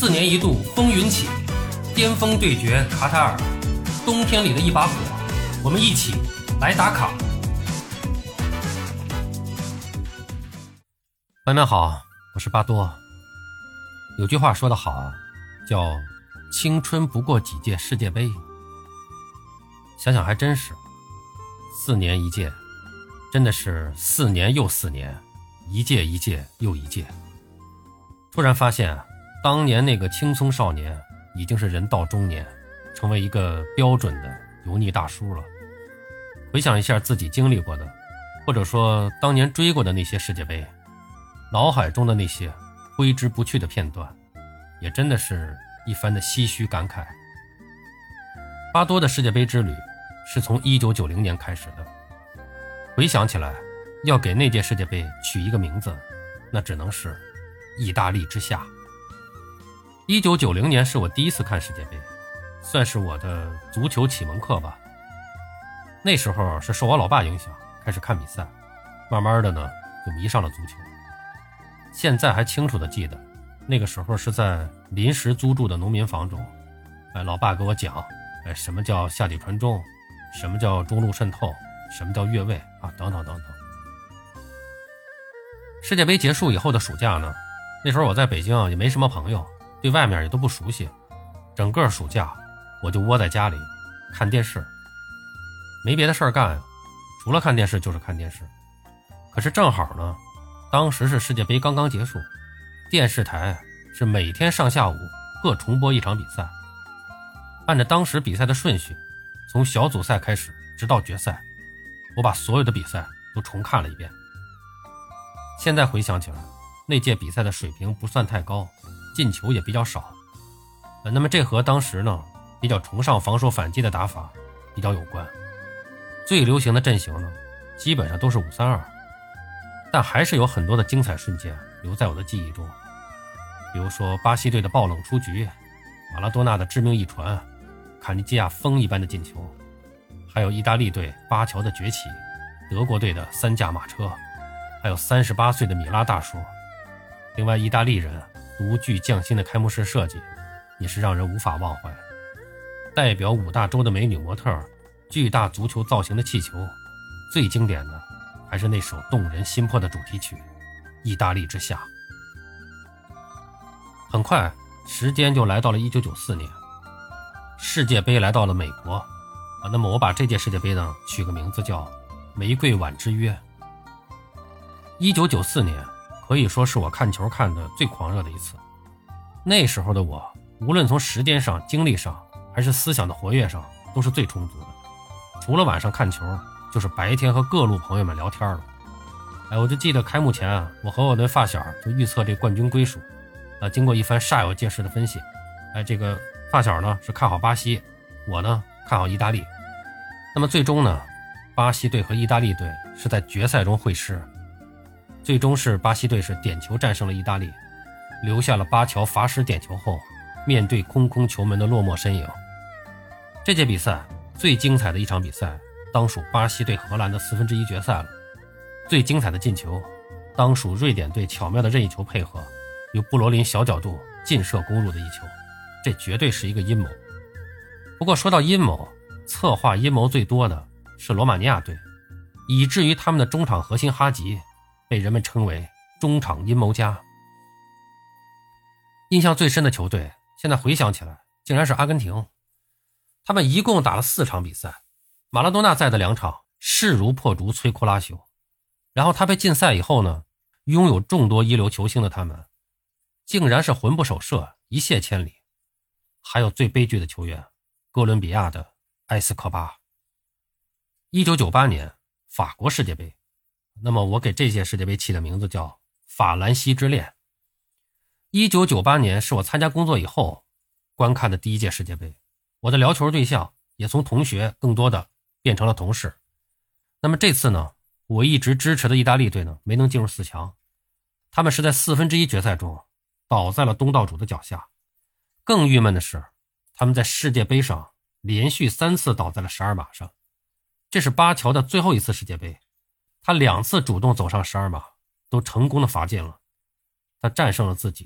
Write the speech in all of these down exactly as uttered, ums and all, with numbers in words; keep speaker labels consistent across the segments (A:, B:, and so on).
A: 四年一度风云起，巅峰对决卡塔尔，冬天里的一把火，我们一起来打卡。朋友们好，我是巴多。有句话说得好啊，叫青春不过几届世界杯。想想还真是，四年一届，真的是四年又四年，一届一届又一届。突然发现当年那个青葱少年已经是人到中年，成为一个标准的油腻大叔了。回想一下自己经历过的，或者说当年追过的那些世界杯，脑海中的那些挥之不去的片段，也真的是一番的唏嘘感慨。巴多的世界杯之旅是从一九九零年开始的，回想起来要给那届世界杯取一个名字，那只能是意大利之夏。一九九零年是我第一次看世界杯，算是我的足球启蒙课吧。那时候是受我老爸影响开始看比赛，慢慢的呢就迷上了足球。现在还清楚的记得，那个时候是在临时租住的农民房中，哎，老爸给我讲，哎，什么叫下底传中，什么叫中路渗透，什么叫越位啊，等等等等。世界杯结束以后的暑假呢，那时候我在北京也没什么朋友，对外面也都不熟悉，整个暑假我就窝在家里看电视，没别的事儿干，除了看电视就是看电视。可是正好呢，当时是世界杯刚刚结束，电视台是每天上下午各重播一场比赛，按照当时比赛的顺序，从小组赛开始直到决赛，我把所有的比赛都重看了一遍。现在回想起来，那届比赛的水平不算太高，进球也比较少，那么这和当时呢比较崇尚防守反击的打法比较有关。最流行的阵型呢基本上都是五三二，但还是有很多的精彩瞬间留在我的记忆中，比如说巴西队的爆冷出局，马拉多纳的致命一传，卡尼基亚风一般的进球，还有意大利队巴乔的崛起，德国队的三驾马车，还有三十八岁的米拉大叔。另外意大利人独具匠心的开幕式设计也是让人无法忘怀，代表五大洲的美女模特，巨大足球造型的气球，最经典的还是那首动人心魄的主题曲《意大利之夏》。很快时间就来到了一九九四年，世界杯来到了美国啊，那么我把这届世界杯呢取个名字叫玫瑰碗之约。一九九四年可以说是我看球看的最狂热的一次，那时候的我无论从时间上、精力上还是思想的活跃上都是最充足的，除了晚上看球就是白天和各路朋友们聊天了。哎，我就记得开幕前啊，我和我的发小就预测这冠军归属啊，经过一番煞有介事的分析，哎，这个发小呢是看好巴西，我呢看好意大利。那么最终呢，巴西队和意大利队是在决赛中会师，最终是巴西队是点球战胜了意大利，留下了巴乔罚失点球后面对空空球门的落寞身影。这届比赛最精彩的一场比赛当属巴西对荷兰的四分之一决赛了，最精彩的进球当属瑞典队巧妙的任意球配合，由布罗林小角度劲射攻入的一球，这绝对是一个阴谋。不过说到阴谋，策划阴谋最多的是罗马尼亚队，以至于他们的中场核心哈吉被人们称为中场阴谋家。印象最深的球队现在回想起来竟然是阿根廷，他们一共打了四场比赛，马拉多纳在的两场势如破竹摧枯拉朽，然后他被禁赛以后呢，拥有众多一流球星的他们竟然是魂不守舍，一泻千里。还有最悲剧的球员哥伦比亚的埃斯科巴。一九九八年法国世界杯，那么我给这届世界杯起的名字叫法兰西之恋。一九九八年是我参加工作以后观看的第一届世界杯，我的聊球对象也从同学更多的变成了同事。那么这次呢，我一直支持的意大利队呢没能进入四强，他们是在四分之一决赛中倒在了东道主的脚下。更郁闷的是，他们在世界杯上连续三次倒在了十二码上。这是巴乔的最后一次世界杯，他两次主动走上十二码都成功的罚进了，他战胜了自己，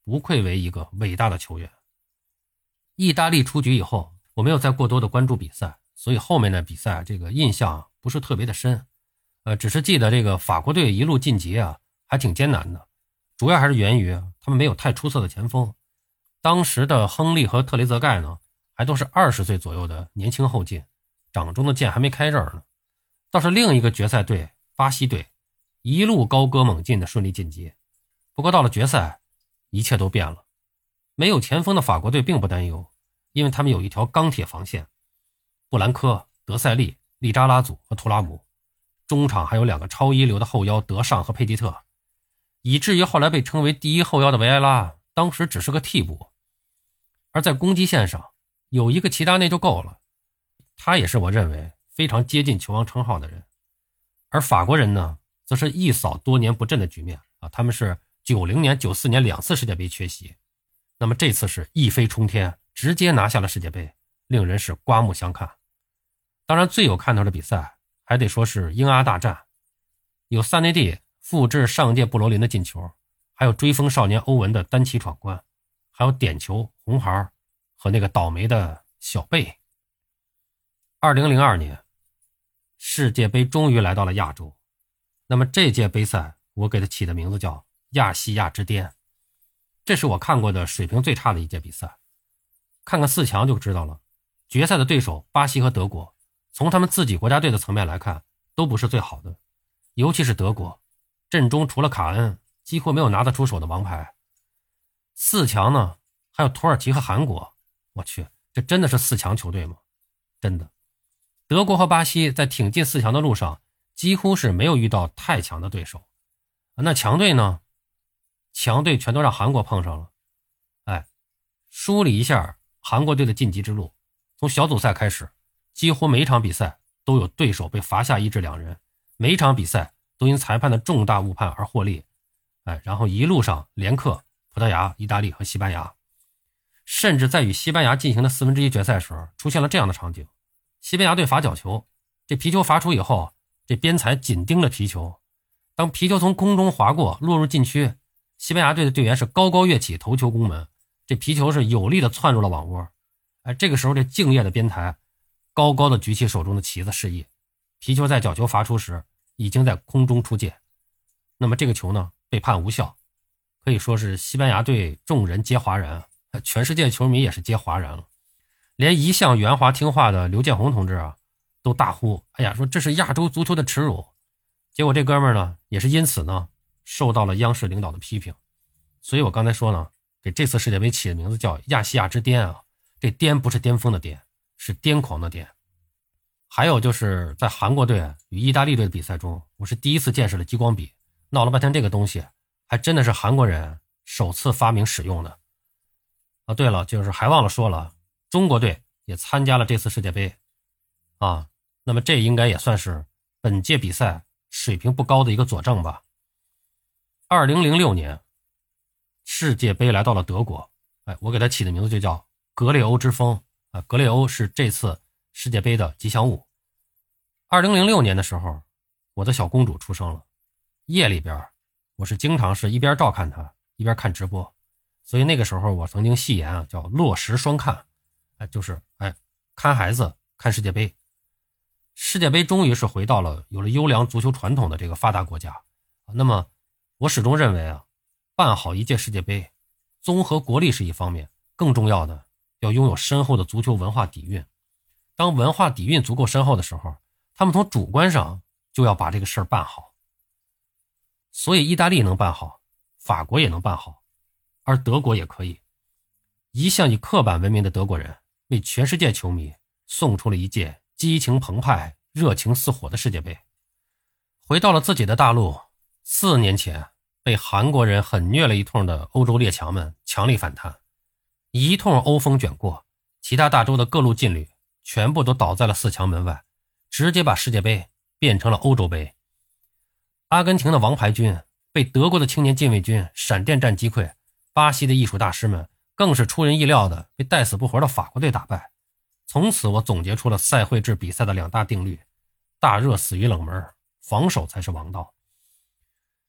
A: 不愧为一个伟大的球员。意大利出局以后，我没有再过多的关注比赛，所以后面的比赛这个印象不是特别的深，呃，只是记得这个法国队一路晋级啊，还挺艰难的，主要还是源于他们没有太出色的前锋。当时的亨利和特雷泽盖呢，还都是二十岁左右的年轻后进，掌中的剑还没开刃呢。倒是另一个决赛队巴西队一路高歌猛进的顺利晋级，不过到了决赛，一切都变了。没有前锋的法国队并不担忧，因为他们有一条钢铁防线，布兰科、德塞利、利扎拉祖和图拉姆，中场还有两个超一流的后腰德尚和佩蒂特，以至于后来被称为第一后腰的维埃拉当时只是个替补。而在攻击线上有一个齐达内就够了，他也是我认为非常接近球王称号的人。而法国人呢，则是一扫多年不振的局面啊，他们是九零年、九四年两次世界杯缺席，那么这次是一飞冲天，直接拿下了世界杯，令人是刮目相看。当然最有看头的比赛还得说是英阿大战，有萨内蒂复制上届布罗林的进球，还有追风少年欧文的单骑闯关，还有点球、红牌和那个倒霉的小贝。二零零二年世界杯终于来到了亚洲，那么这届杯赛我给它起的名字叫亚细亚之巅，这是我看过的水平最差的一届比赛。看看四强就知道了，决赛的对手巴西和德国，从他们自己国家队的层面来看都不是最好的，尤其是德国，阵中除了卡恩几乎没有拿得出手的王牌。四强呢还有土耳其和韩国，我去，这真的是四强球队吗？真的。德国和巴西在挺进四强的路上几乎是没有遇到太强的对手，那强队呢，强队全都让韩国碰上了。哎，梳理一下韩国队的晋级之路，从小组赛开始，几乎每一场比赛都有对手被罚下一至两人，每一场比赛都因裁判的重大误判而获利。哎，然后一路上连克葡萄牙、意大利和西班牙，甚至在与西班牙进行的四分之一决赛时出现了这样的场景，西班牙队罚角球，这皮球罚出以后，这边裁紧盯着皮球，当皮球从空中划过落入禁区，西班牙队的队员是高高跃起头球攻门，这皮球是有力的窜入了网窝。哎，这个时候这敬业的边裁高高的举起手中的旗子示意，皮球在角球罚出时已经在空中出界，那么这个球呢被判无效，可以说是西班牙队众人皆哗然，全世界球迷也是皆哗然了。连一向圆滑听话的刘建宏同志啊都大呼，哎呀，说这是亚洲足球的耻辱。结果这哥们儿呢也是因此呢受到了央视领导的批评。所以我刚才说呢，给这次世界杯起的名字叫亚细亚之巅啊，这巅不是巅峰的巅，是癫狂的癫。还有就是在韩国队与意大利队的比赛中，我是第一次见识了激光笔，闹了半天这个东西还真的是韩国人首次发明使用的啊。对了，就是还忘了说了，中国队也参加了这次世界杯啊，那么这应该也算是本届比赛水平不高的一个佐证吧。二零零六年世界杯来到了德国，哎，我给它起的名字就叫格列欧之风啊，格列欧是这次世界杯的吉祥物。二零零六年的时候，我的小公主出生了，夜里边我是经常是一边照看她一边看直播，所以那个时候我曾经戏言啊叫落实双看，哎，就是哎看孩子看世界杯。世界杯终于是回到了有了优良足球传统的这个发达国家。那么我始终认为啊，办好一届世界杯，综合国力是一方面，更重要的要拥有深厚的足球文化底蕴。当文化底蕴足够深厚的时候，他们从主观上就要把这个事儿办好。所以意大利能办好，法国也能办好，而德国也可以。一向以刻板闻名的德国人为全世界球迷送出了一届激情澎湃、热情似火的世界杯。回到了自己的大陆，四年前被韩国人狠虐了一通的欧洲列强们强力反弹，一通欧风卷过，其他大洲的各路劲旅全部都倒在了四强门外，直接把世界杯变成了欧洲杯。阿根廷的王牌军被德国的青年禁卫军闪电战击溃，巴西的艺术大师们更是出人意料的被带死不活的法国队打败。从此我总结出了赛会制比赛的两大定律：大热死于冷门，防守才是王道。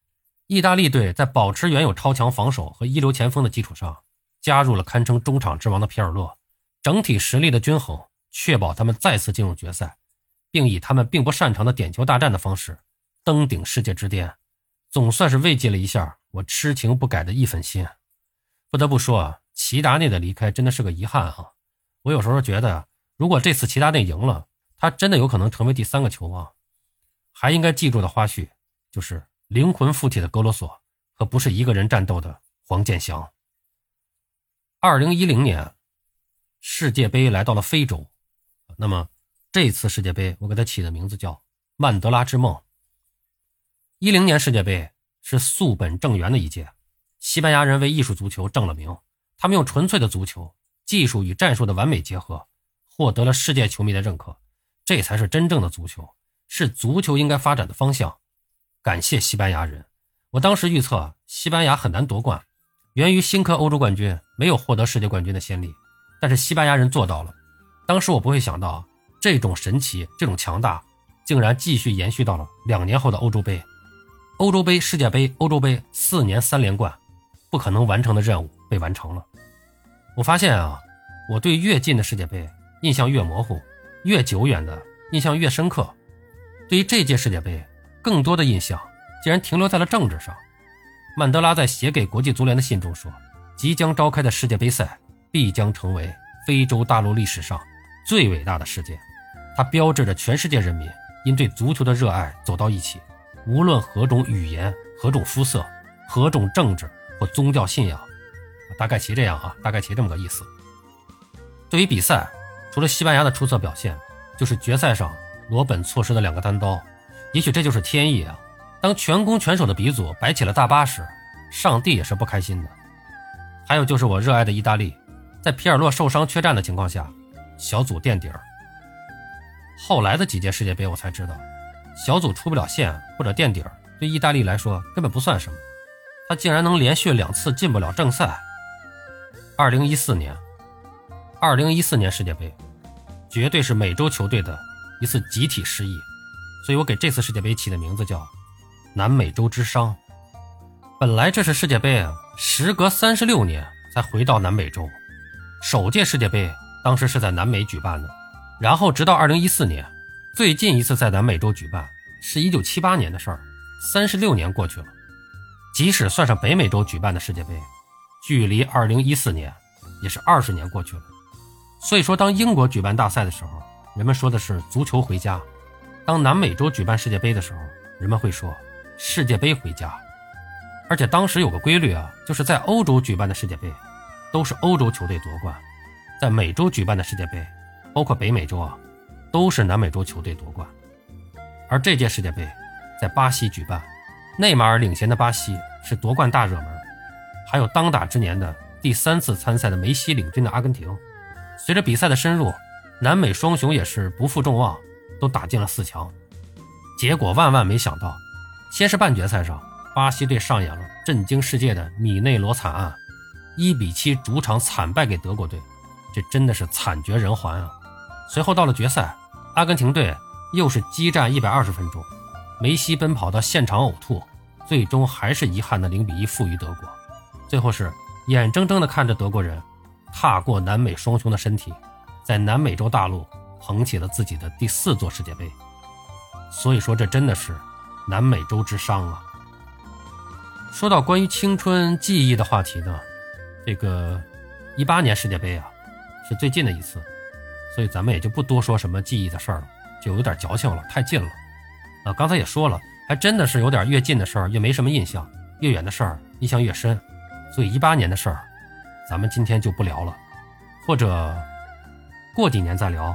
A: 意大利队在保持原有超强防守和一流前锋的基础上，加入了堪称中场之王的皮尔洛，整体实力的均衡确保他们再次进入决赛，并以他们并不擅长的点球大战的方式登顶世界之巅，总算是慰藉了一下我痴情不改的一粉心。不得不说啊，齐达内的离开真的是个遗憾啊！我有时候觉得，如果这次齐达内赢了，他真的有可能成为第三个球王。还应该记住的花絮就是灵魂附体的格罗索和不是一个人战斗的黄健翔。二零一零年世界杯来到了非洲，那么这次世界杯我给它起的名字叫曼德拉之梦。一零年世界杯是溯本正源的一届，西班牙人为艺术足球正了名，他们用纯粹的足球技术与战术的完美结合，获得了世界球迷的认可，这才是真正的足球，是足球应该发展的方向。感谢西班牙人，我当时预测西班牙很难夺冠，源于新科欧洲冠军没有获得世界冠军的先例，但是西班牙人做到了。当时我不会想到这种神奇，这种强大竟然继续延续到了两年后的欧洲杯。欧洲杯、世界杯、欧洲杯四年三连冠，不可能完成的任务被完成了。我发现啊，我对越近的世界杯印象越模糊，越久远的印象越深刻。对于这届世界杯，更多的印象竟然停留在了政治上。曼德拉在写给国际足联的信中说，即将召开的世界杯赛必将成为非洲大陆历史上最伟大的事件，它标志着全世界人民因对足球的热爱走到一起，无论何种语言、何种肤色、何种政治或宗教信仰。大概其这样啊，大概其这么个意思。对于比赛，除了西班牙的出色表现，就是决赛上罗本错失的两个单刀，也许这就是天意啊。当全攻全守的鼻祖摆起了大巴时，上帝也是不开心的。还有就是我热爱的意大利，在皮尔洛受伤缺战的情况下，小组垫底儿。后来的几届世界杯我才知道，小组出不了线或者垫底儿对意大利来说根本不算什么，他竟然能连续两次进不了正赛。二零一四年二零一四年世界杯绝对是美洲球队的一次集体失忆，所以我给这次世界杯起的名字叫南美洲之殇。本来这是世界杯啊，时隔三十六年才回到南美洲。首届世界杯当时是在南美举办的，然后直到二零一四年，最近一次在南美洲举办是一九七八年的事儿，三十六年过去了。即使算上北美洲举办的世界杯，距离二零一四年也是二十年过去了。所以说当英国举办大赛的时候，人们说的是足球回家；当南美洲举办世界杯的时候，人们会说世界杯回家。而且当时有个规律啊，就是在欧洲举办的世界杯都是欧洲球队夺冠，在美洲举办的世界杯，包括北美洲啊，都是南美洲球队夺冠。而这届世界杯在巴西举办，内马尔领衔的巴西是夺冠大热门，还有当打之年的第三次参赛的梅西领军的阿根廷。随着比赛的深入，南美双雄也是不负众望，都打进了四强。结果万万没想到，先是半决赛上巴西队上演了震惊世界的米内罗惨案，一比七主场惨败给德国队，这真的是惨绝人寰啊！随后到了决赛，阿根廷队又是激战一百二十分钟，梅西奔跑到现场呕吐，最终还是遗憾的零比一负于德国。最后是眼睁睁地看着德国人踏过南美双雄的身体，在南美洲大陆捧起了自己的第四座世界杯。所以说这真的是南美洲之殇啊！说到关于青春记忆的话题呢，这个一八年世界杯啊是最近的一次，所以咱们也就不多说什么记忆的事儿了，就有点矫情了，太近了啊！刚才也说了，还真的是有点越近的事儿越没什么印象，越远的事儿印象越深，所以一八年的事儿咱们今天就不聊了，或者过几年再聊。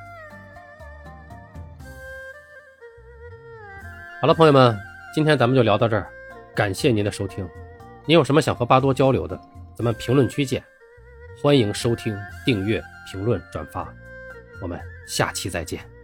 A: 好了，朋友们，今天咱们就聊到这儿，感谢您的收听。您有什么想和巴多交流的，咱们评论区见。欢迎收听、订阅、评论、转发，我们下期再见。